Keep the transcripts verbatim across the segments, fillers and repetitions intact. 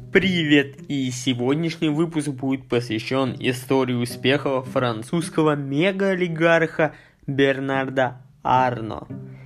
Привет! И сегодняшний выпуск будет посвящен истории успехов французского мегаолигарха Бернарда Арно.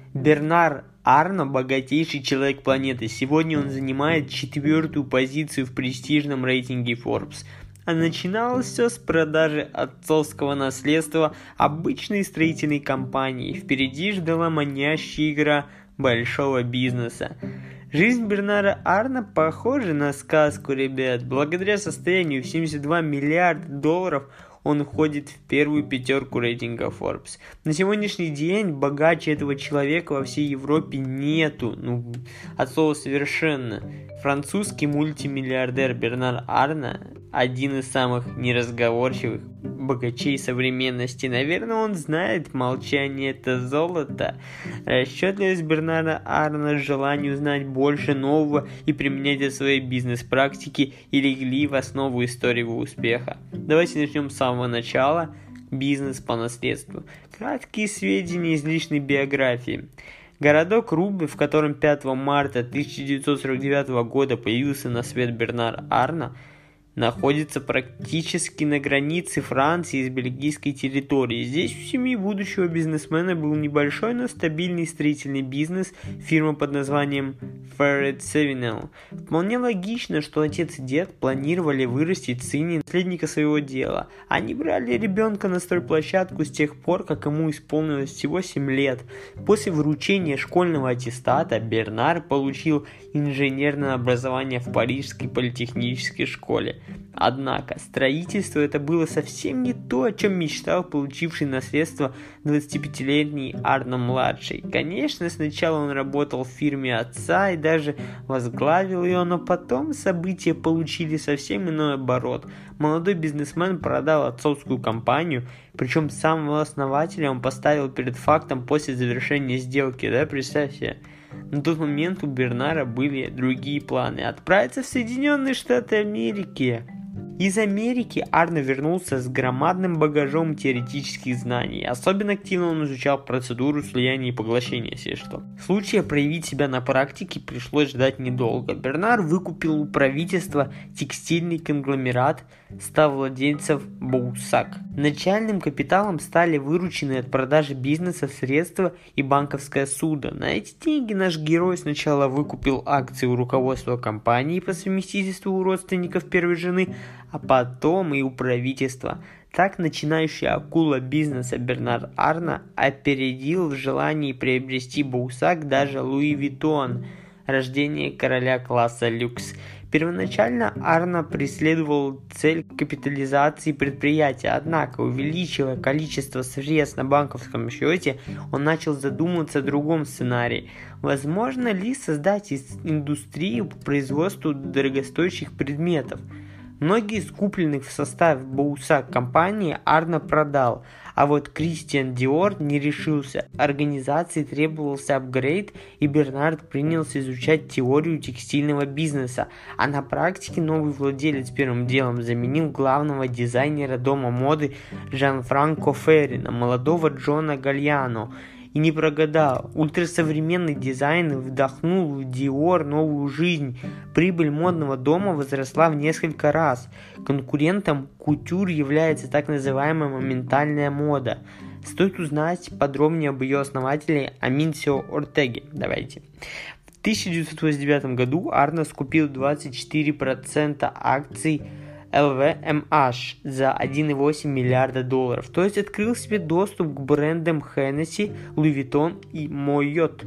Бернар Арно – богатейший человек планеты. Сегодня он занимает четвертую позицию в престижном рейтинге Forbes. А начиналось все с продажи отцовского наследства обычной строительной компании. Впереди ждала манящая игра большого бизнеса. Жизнь Бернара Арно похожа на сказку, ребят. Благодаря состоянию в семьдесят два миллиарда долларов он входит в первую пятерку рейтинга Forbes. На сегодняшний день богаче этого человека во всей Европе нету. Ну, от слова совершенно. Французский мультимиллиардер Бернар Арно один из самых неразговорчивых богачей современности. Наверное, он знает, молчание это золото. Расчетливость Бернара Арно, желание узнать больше нового и применять это в своей бизнес-практике и легли в основу истории его успеха. Давайте начнем с самого начала. Бизнес по наследству. Краткие сведения из личной биографии. Городок Рубе, в котором пятого марта тысяча девятьсот сорок девятого года появился на свет Бернар Арно, находится практически на границе Франции с бельгийской территорией. Здесь у семьи будущего бизнесмена был небольшой, но стабильный строительный бизнес, фирма под названием Ferret Savinel. Вполне логично, что отец и дед планировали вырастить сына наследника своего дела. Они брали ребенка на стройплощадку с тех пор, как ему исполнилось всего семь лет. После вручения школьного аттестата Бернар получил инженерное образование в Парижской политехнической школе. Однако строительство это было совсем не то, о чем мечтал получивший наследство двадцатипятилетний Арно-младший. Конечно, сначала он работал в фирме отца и даже возглавил ее, но потом события получили совсем иной оборот. Молодой бизнесмен продал отцовскую компанию, причем самого основателя он поставил перед фактом после завершения сделки, да, представь себе. На тот момент у Бернара были другие планы – отправиться в Соединенные Штаты Америки. Из Америки Арно вернулся с громадным багажом теоретических знаний. Особенно активно он изучал процедуру слияния и поглощения, если что. Случая проявить себя на практике пришлось ждать недолго. Бернар выкупил у правительства текстильный конгломерат, став владельцем Боусак. Начальным капиталом стали вырученные от продажи бизнеса средства и банковское судо. На эти деньги наш герой сначала выкупил акции у руководства компании по совместительству у родственников первой жены, а потом и у правительства. Так начинающий акула бизнеса Бернар Арно опередил в желании приобрести Боусак даже Луи Виттон, рождение короля класса люкс. Первоначально Арно преследовал цель капитализации предприятия, однако, увеличивая количество средств на банковском счете, он начал задумываться о другом сценарии. Возможно ли создать индустрию по производству дорогостоящих предметов? Многие из купленных в состав Боусак компании Арно продал, а вот Кристиан Диор не решился. Организации требовался апгрейд, и Бернард принялся изучать теорию текстильного бизнеса, а на практике новый владелец первым делом заменил главного дизайнера дома моды Жан-Франко Ферри на молодого Джона Гальяно. И не прогадал. Ультрасовременный дизайн вдохнул в Dior новую жизнь. Прибыль модного дома возросла в несколько раз. Конкурентом кутюр является так называемая моментальная мода. Стоит узнать подробнее об ее основателе Аминсио Ортеге. Давайте. В тысяча девятьсот восемьдесят девятом году Арно скупил двадцать четыре процента акций эл ви эм эйч за один целых восемь десятых миллиарда долларов, то есть открыл себе доступ к брендам Hennessy, Louis Vuitton и Moët.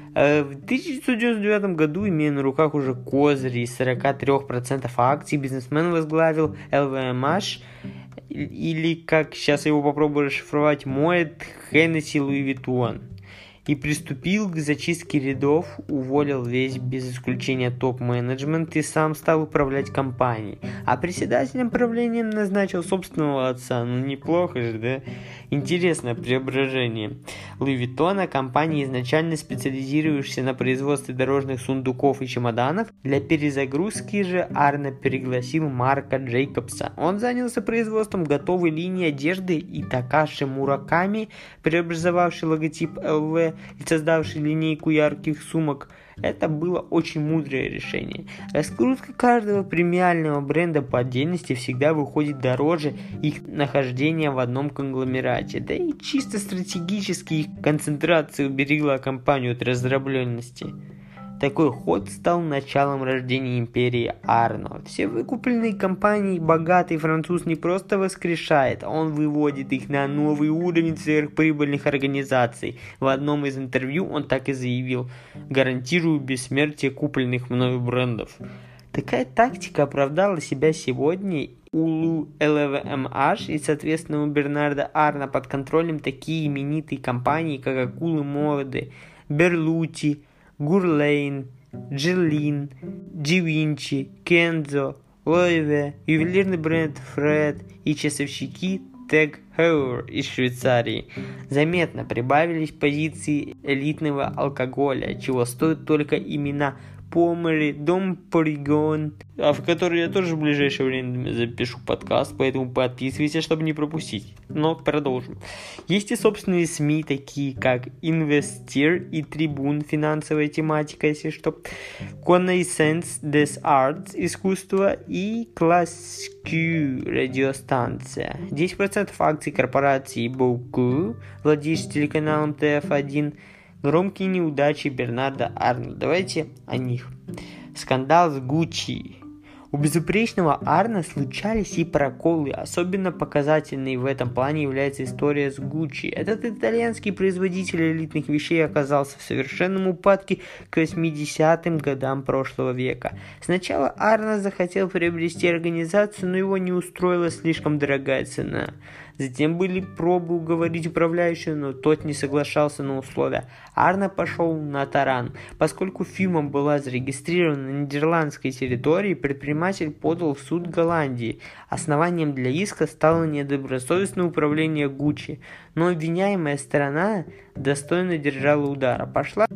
В тысяча девятьсот девяносто девятом году, имея на руках уже козыри из сорок три процента акций, бизнесмен возглавил эл ви эм эйч, или, как сейчас его попробую расшифровать, Moët, Hennessy, Louis Vuitton, и приступил к зачистке рядов, уволил весь без исключения топ-менеджмент и сам стал управлять компанией. А председателем правления назначил собственного отца. Ну неплохо же, да? Интересное преображение. Луи Виттона, компания, изначально специализирующаяся на производстве дорожных сундуков и чемоданов, для перезагрузки же Арно пригласил Марка Джейкобса. Он занялся производством готовой линии одежды, и Такаши Мураками, преобразовавший логотип эл ви, Арно и создавший линейку ярких сумок, это было очень мудрое решение. Раскрутка каждого премиального бренда по отдельности всегда выходит дороже их нахождения в одном конгломерате, да и чисто стратегически их концентрация уберегла компанию от раздробленности. Такой ход стал началом рождения империи Арно. Все выкупленные компании богатый француз не просто воскрешает, он выводит их на новый уровень сверхприбыльных организаций. В одном из интервью он так и заявил: «Гарантирую бессмертие купленных мною брендов». Такая тактика оправдала себя сегодня у эл ви эм эйч и, соответственно, у Бернарда Арно под контролем такие именитые компании, как Акулы моды, Берлути, Гурлейн, Джелин, Дживинчи, Кензо, Лоеве, ювелирный бренд Фред и часовщики Tag Heuer из Швейцарии. Заметно прибавились позиции элитного алкоголя, чего стоят только имена Помери, Дом Поригон, а в который я тоже в ближайшее время запишу подкаст, поэтому подписывайтесь, чтобы не пропустить. Но продолжим. Есть и собственные СМИ, такие как Инвестир и Трибун, финансовая тематика, если что, Connaissance des Arts, искусство, и Class Q, радиостанция. десять процентов акций корпорации Боку, владеющей телеканалом Т Ф один, громкие неудачи Бернарда Арно. Давайте о них. Скандал с Гуччи. У безупречного Арно случались и проколы. Особенно показательной в этом плане является история с Гуччи. Этот итальянский производитель элитных вещей оказался в совершенном упадке к восьмидесятым годам прошлого века. Сначала Арно захотел приобрести организацию, но его не устроила слишком дорогая цена. Затем были пробы уговорить управляющего, но тот не соглашался на условия. Арно пошел на таран. Поскольку фирма была зарегистрирована на нидерландской территории, предприниматель подал в суд Голландии. Основанием для иска стало недобросовестное управление Гуччи, но обвиняемая сторона достойно держала удара. Пошла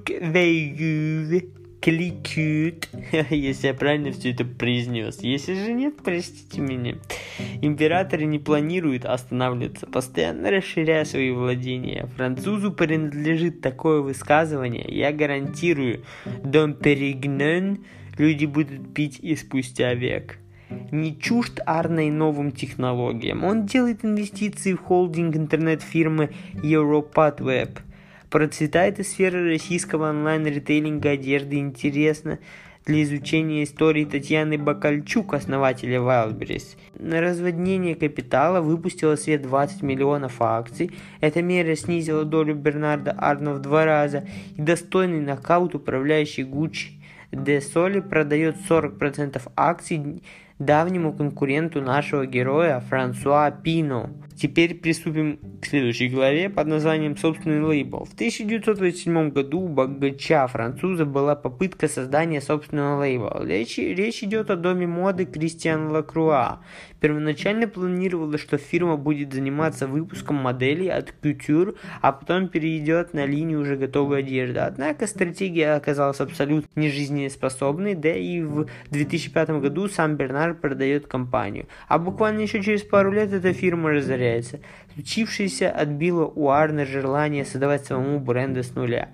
Крюквейюве. Кликют, если я правильно все это произнес. Если же нет, простите меня. Императоры не планируют останавливаться, постоянно расширяя свои владения. Французу принадлежит такое высказывание: я гарантирую, Дом Перигнон люди будут пить и спустя век. Не чужд Арно и новым технологиям. Он делает инвестиции в холдинг интернет-фирмы Europath-Web. Процветает и сфера российского онлайн-ритейлинга одежды. Интересно для изучения истории Татьяны Бакальчук, основателя Wildberries. На разводнение капитала выпустила в свет двадцать миллионов акций. Эта мера снизила долю Бернарда Арно в два раза. И достойный нокаут управляющий Гуччи Де Соли продает сорок процентов акций давнему конкуренту нашего героя Франсуа Пино. Теперь приступим к следующей главе под названием «Собственный лейбл». В тысяча девятьсот двадцать седьмом году у богача француза была попытка создания собственного лейбла. Речь, речь идет о доме моды Кристиан Лакруа. Первоначально планировалось, что фирма будет заниматься выпуском моделей от кутюр, а потом перейдет на линию уже готовой одежды. Однако стратегия оказалась абсолютно нежизнеспособной, да и в две тысячи пятом году сам Бернар продает компанию. А буквально еще через пару лет эта фирма разоряется. Случившееся отбило у Арно желание создавать самому бренды с нуля.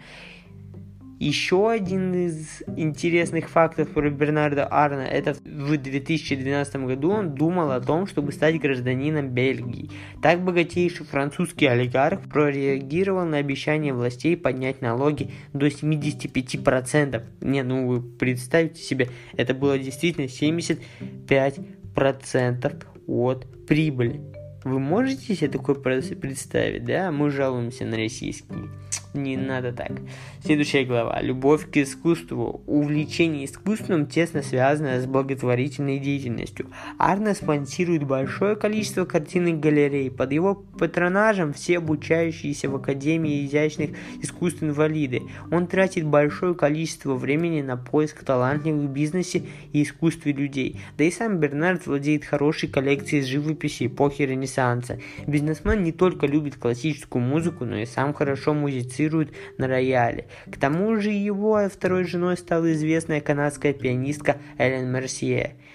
Еще один из интересных фактов про Бернарда Арно — это в две тысячи двенадцатом году он думал о том, чтобы стать гражданином Бельгии. Так богатейший французский олигарх прореагировал на обещание властей поднять налоги до семьдесят пять процентов. Не, ну вы представьте себе, это было действительно семьдесят пять процентов от прибыли. Вы можете себе такое представить, да? Мы жалуемся на российский. Не надо так. Следующая глава. Любовь к искусству. Увлечение искусством тесно связано с благотворительной деятельностью. Арно спонсирует большое количество картинных галерей. Под его патронажем все обучающиеся в Академии изящных искусств инвалиды. Он тратит большое количество времени на поиск талантливых в бизнесе и искусстве людей. Да и сам Бернард владеет хорошей коллекцией живописи эпохи Ренессанса. Бизнесмен не только любит классическую музыку, но и сам хорошо музицирует на рояле. К тому же его второй женой стала известная канадская пианистка Элен Мерсье.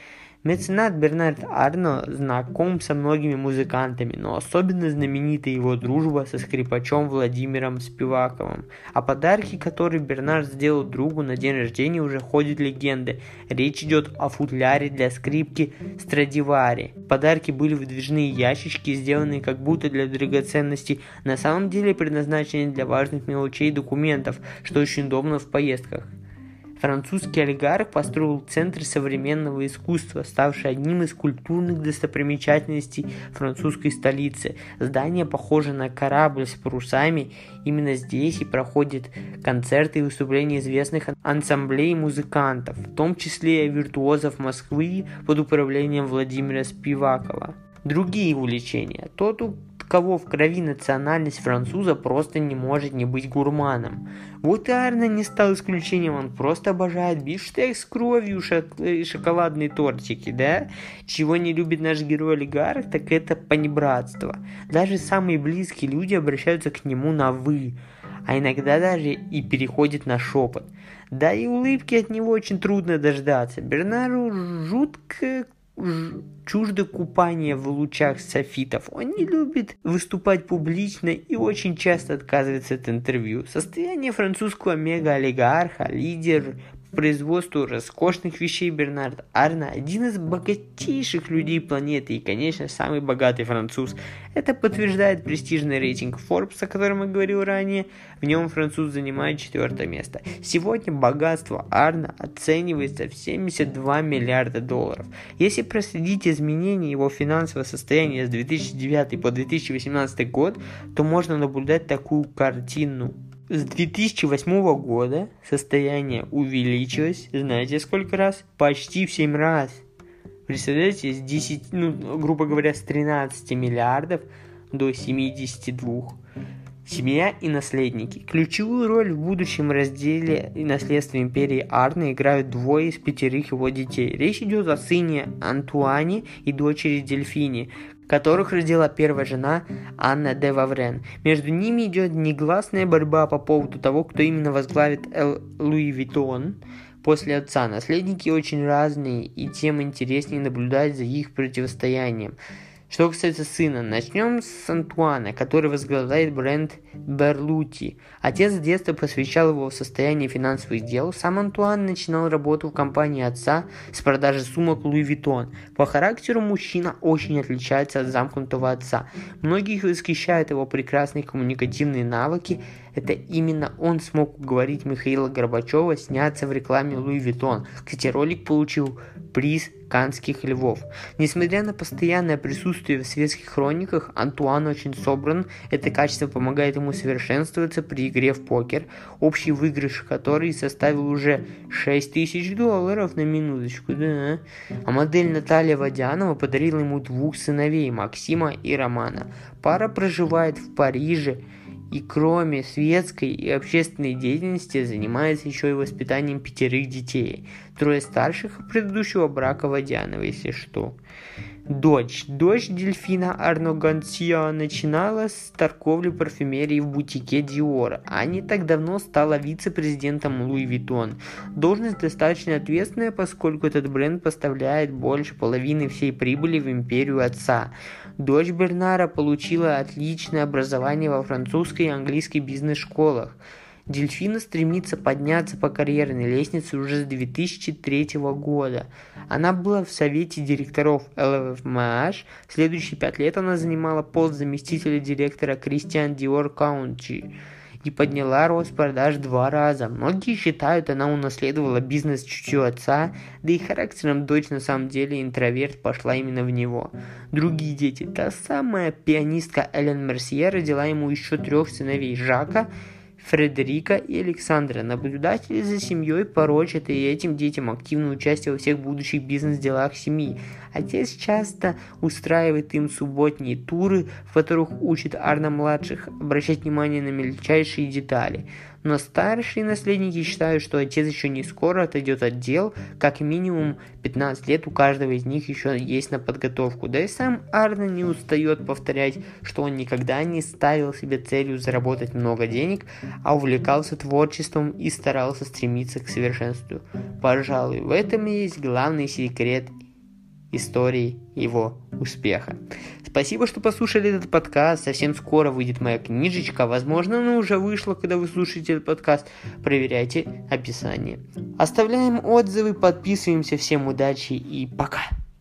Меценат Бернард Арно знаком со многими музыкантами, но особенно знаменита его дружба со скрипачом Владимиром Спиваковым. О подарке, который Бернард сделал другу на день рождения, уже ходят легенды. Речь идет о футляре для скрипки Страдивари. Подарки были выдвижные ящички, сделанные как будто для драгоценностей, на самом деле предназначенные для важных мелочей и документов, что очень удобно в поездках. Французский олигарх построил центр современного искусства, ставший одним из культурных достопримечательностей французской столицы. Здание похоже на корабль с парусами. Именно здесь и проходят концерты и выступления известных ансамблей и музыкантов, в том числе виртуозов Москвы под управлением Владимира Спивакова. Другие увлечения. Тот, у кого в крови национальность француза, просто не может не быть гурманом. Вот и Арно не стал исключением, он просто обожает бифштекс с кровью и шоколадные тортики, да? Чего не любит наш герой-олигарх, так это понебратство. Даже самые близкие люди обращаются к нему на «вы», а иногда даже и переходят на шепот. Да и улыбки от него очень трудно дождаться. Бернару жутко чуждо купание в лучах софитов. Он не любит выступать публично и очень часто отказывается от интервью. Состояние французского мега-олигарха, лидер по производству роскошных вещей Бернард Арно, один из богатейших людей планеты и, конечно, самый богатый француз. Это подтверждает престижный рейтинг Forbes, о котором я говорил ранее. В нем француз занимает четвертое место. Сегодня богатство Арно оценивается в семьдесят два миллиарда долларов. Если проследить изменения его финансового состояния с две тысячи девятого по две тысячи восемнадцатый год, то можно наблюдать такую картину. С две тысячи восьмого года состояние увеличилось, знаете сколько раз? Почти в семь раз. Представляете, с десяти, ну, грубо говоря, с тринадцати миллиардов до семидесяти двух. Семья и наследники. Ключевую роль в будущем разделе и наследстве империи Арно играют двое из пятерых его детей. Речь идет о сыне Антуане и дочери Дельфине, которых родила первая жена Анна де Ваврен. Между ними идет негласная борьба по поводу того, кто именно возглавит Луи Виттон после отца. Наследники очень разные, и тем интереснее наблюдать за их противостоянием. Что касается сына, начнем с Антуана, который возглавляет бренд Берлути. Отец с детства посвящал его в состояние финансовых дел. Сам Антуан начинал работу в компании отца с продажи сумок Луи Виттон. По характеру мужчина очень отличается от замкнутого отца. Многих восхищают его прекрасные коммуникативные навыки. Это именно он смог уговорить Михаила Горбачева сняться в рекламе Луи Виттон. Кстати, ролик получил приз Каннских львов. Несмотря на постоянное присутствие в светских хрониках, Антуан очень собран. Это качество помогает ему совершенствоваться при игре в покер, общий выигрыш который составил уже шесть тысяч долларов на минуточку, да. А модель Наталья Водянова подарила ему двух сыновей, Максима и Романа. Пара проживает в Париже и кроме светской и общественной деятельности занимается еще и воспитанием пятерых детей. Трое старших от предыдущего брака Водянова, если что. Дочь. Дочь Дельфина Арно Гансиа начинала с торговли парфюмерией в бутике Dior, а не так давно стала вице-президентом Луи Виттон. Должность достаточно ответственная, поскольку этот бренд поставляет больше половины всей прибыли в империю отца. Дочь Бернара получила отличное образование во французской и английской бизнес-школах. Дельфина стремится подняться по карьерной лестнице уже с две тысячи третьего года. Она была в совете директоров эл эф эм эйч. Следующие пять лет она занимала пост заместителя директора Christian Dior Country и подняла рост продаж два раза. Многие считают, она унаследовала бизнес-чутье отца, да и характером дочь на самом деле интроверт, пошла именно в него. Другие дети. Та самая пианистка Элен Мерсье родила ему еще трех сыновей: Жака, Фредерика и Александра. Наблюдатели за семьей порочат и этим детям активное участие во всех будущих бизнес-делах семьи. Отец часто устраивает им субботние туры, в которых учит Арно-младших обращать внимание на мельчайшие детали. Но старшие наследники считают, что отец еще не скоро отойдет от дел, как минимум пятнадцать лет у каждого из них еще есть на подготовку. Да и сам Арно не устает повторять, что он никогда не ставил себе целью заработать много денег, а увлекался творчеством и старался стремиться к совершенству. Пожалуй, в этом и есть главный секрет истории его успеха. Спасибо, что послушали этот подкаст. Совсем скоро выйдет моя книжечка. Возможно, она уже вышла, когда вы слушаете этот подкаст. Проверяйте описание. Оставляем отзывы, подписываемся. Всем удачи и пока!